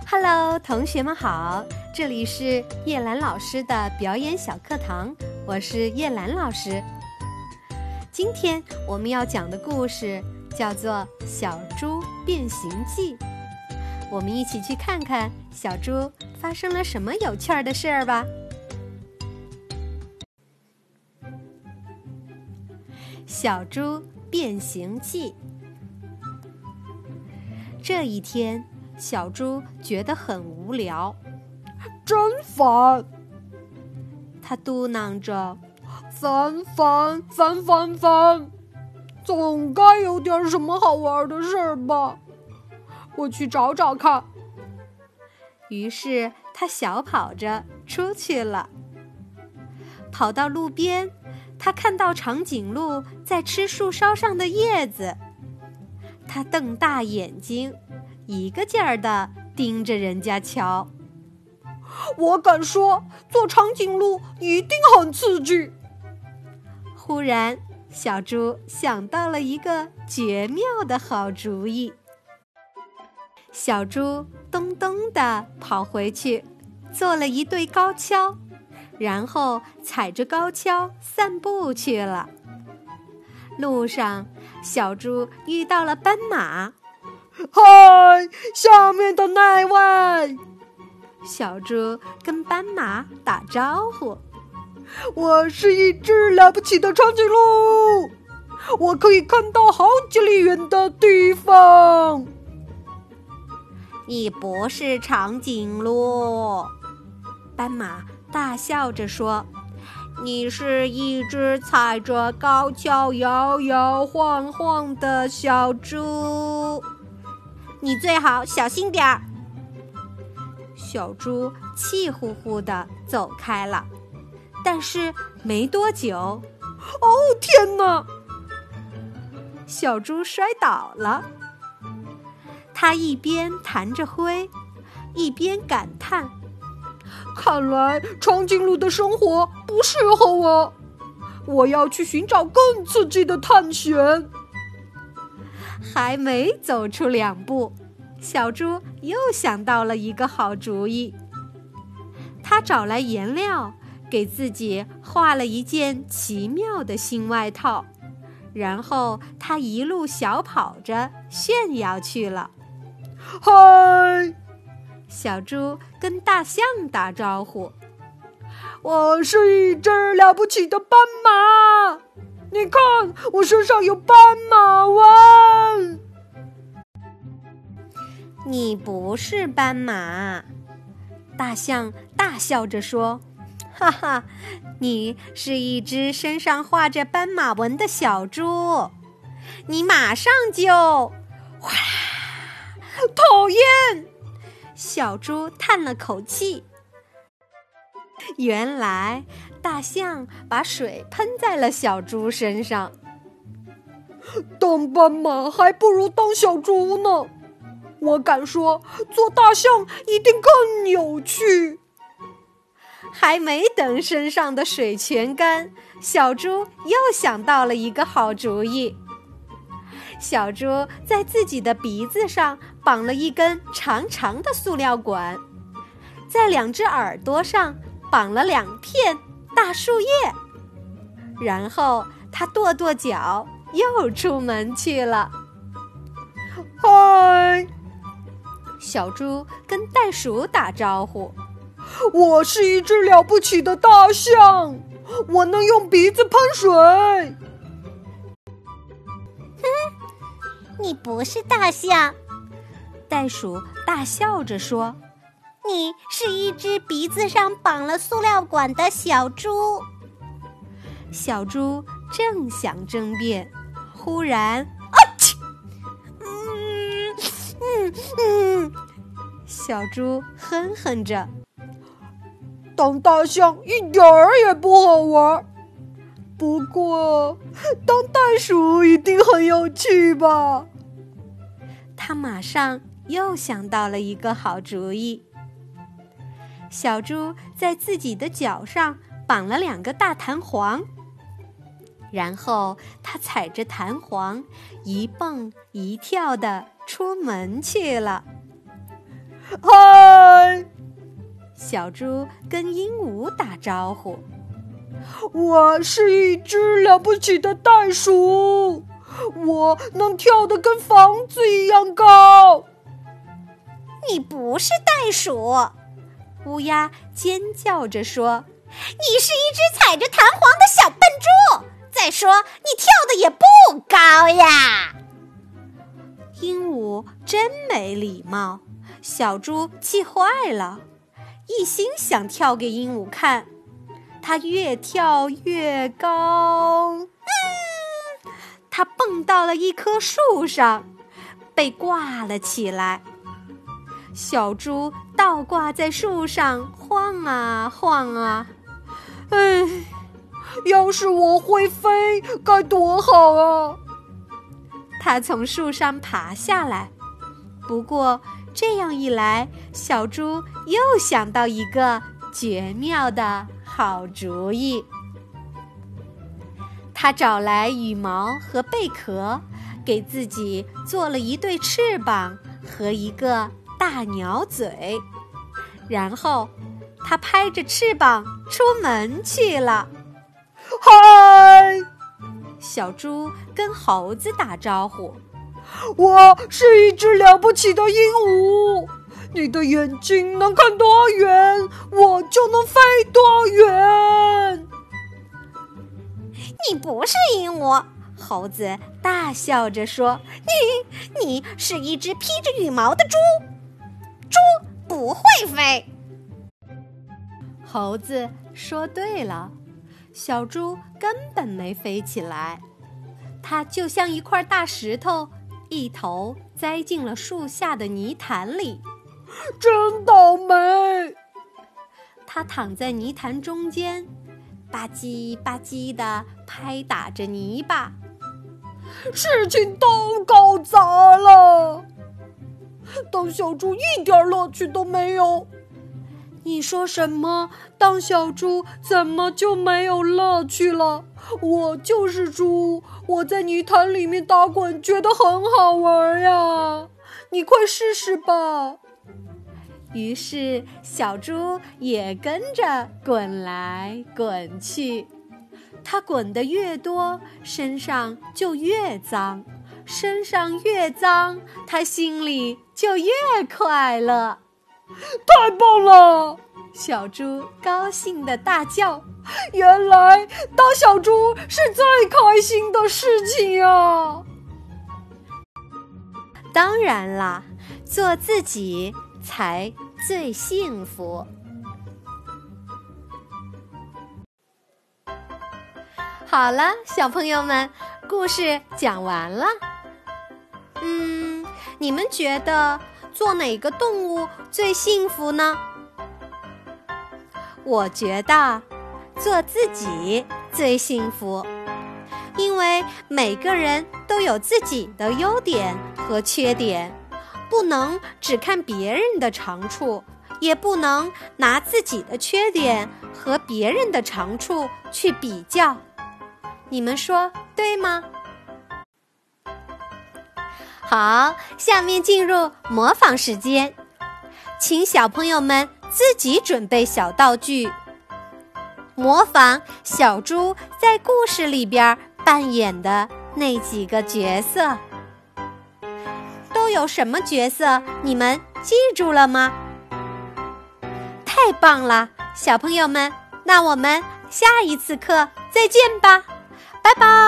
Hello， 同学们好，这里是叶兰老师的表演小课堂，我是叶兰老师。今天我们要讲的故事叫做《小猪变形记》，我们一起去看看小猪发生了什么有趣儿的事儿吧。小猪变形记。这一天，小猪觉得很无聊， 真烦。 他嘟囔着：“ 烦，总该有点什么好玩的事儿吧？我去找找看。” 于是他小跑着出去了。跑到路边，他看到长颈鹿在吃树梢上的叶子。他瞪大眼睛，一个劲儿地盯着人家瞧。 我敢说，做长颈鹿一定很刺激。 忽然，小猪想到了一个绝妙的好主意。小猪咚咚地跑回去，做了一对高跷，然后踩着高跷散步去了。路上，小猪遇到了斑马。 嗨，下面的那位！ 小猪跟斑马打招呼。 我是一只了不起的长颈鹿，我可以看到好几里远的地方。 你不是长颈鹿，斑马大笑着说，你是一只踩着高跷摇摇晃晃的小猪，你最好小心点儿。小猪气呼呼地走开了，但是没多久， 哦天哪！ 小猪摔倒了。他一边弹着灰，一边感叹， 看来长颈鹿的生活不适合我，我要去寻找更刺激的探险。 还没走出2步，小猪又想到了一个好主意。他找来颜料，给自己画了一件奇妙的新外套，然后他一路小跑着炫耀去了。 嗨！ 小猪跟大象打招呼。 我是一只了不起的斑马，你看我身上有斑马纹。 你不是斑马，大象大笑着说，哈哈，你是一只身上画着斑马纹的小猪，你马上就……哗啦！ 讨厌！ 小猪叹了口气。原来大象把水喷在了小猪身上。 当斑马还不如当小猪呢，我敢说做大象一定更有趣。 还没等身上的水全干，小猪又想到了一个好主意。小猪在自己的鼻子上绑了一根长长的塑料管，在2只耳朵上绑了2片大树叶，然后他跺跺脚，又出门去了。 嗨！ 小猪跟袋鼠打招呼。 我是一只了不起的大象，我能用鼻子喷水。 你不是大象， 袋鼠大笑着说， 你是一只鼻子上绑了塑料管的小猪。 小猪正想争辩，忽然，小猪哼哼着， 当大象一点儿也不好玩，不过当袋鼠一定很有趣吧。 他马上又想到了一个好主意。小猪在自己的脚上绑了2个大弹簧，然后他踩着弹簧一蹦一跳地出门去了。 嗨！ 小猪跟鹦鹉打招呼。 我是一只了不起的袋鼠，我能跳得跟房子一样高。 你不是袋鼠， 乌鸦尖叫着说， 你是一只踩着弹簧的小笨猪。再说，你跳得也不高呀。 鹦鹉真没礼貌，小猪气坏了，一心想跳给鹦鹉看。它越跳越高，它蹦到了一棵树上，被挂了起来。小猪倒挂在树上晃啊晃啊， 要是我会飞该多好啊！ 它从树上爬下来，不过这样一来，小猪又想到一个绝妙的好主意。他找来羽毛和贝壳，给自己做了一对翅膀和一个大鸟嘴，然后他拍着翅膀出门去了。 嗨！ 小猪跟猴子打招呼， 我是一只了不起的鹦鹉，你的眼睛能看多远，我就能飞多远。 你不是鹦鹉， 猴子大笑着说， 你是一只披着羽毛的猪，猪不会飞。 猴子说对了，小猪根本没飞起来，它就像一块大石头，一头栽进了树下的泥潭里。 真倒霉！ 它躺在泥潭中间，吧唧吧唧地拍打着泥巴。 事情都搞砸了，当小猪一点乐趣都没有。 你说什么？当小猪怎么就没有乐趣了？ 我就是猪，我在泥潭里面打滚，觉得很好玩呀！你快试试吧。 于是小猪也跟着滚来滚去，它滚得越多，身上就越脏，身上越脏，它心里就越快乐。 太棒了！ 小猪高兴地大叫， 原来当小猪是最开心的事情啊！ 当然啦，做自己才最幸福。好了，小朋友们，故事讲完了。你们觉得做哪个动物最幸福呢？我觉得做自己最幸福，因为每个人都有自己的优点和缺点，不能只看别人的长处，也不能拿自己的缺点和别人的长处去比较。你们说对吗？好，下面进入模仿时间，请小朋友们自己准备小道具，模仿小猪在故事里边扮演的那几个角色。都有什么角色？你们记住了吗？太棒了，小朋友们，那我们下一次课再见吧，拜拜。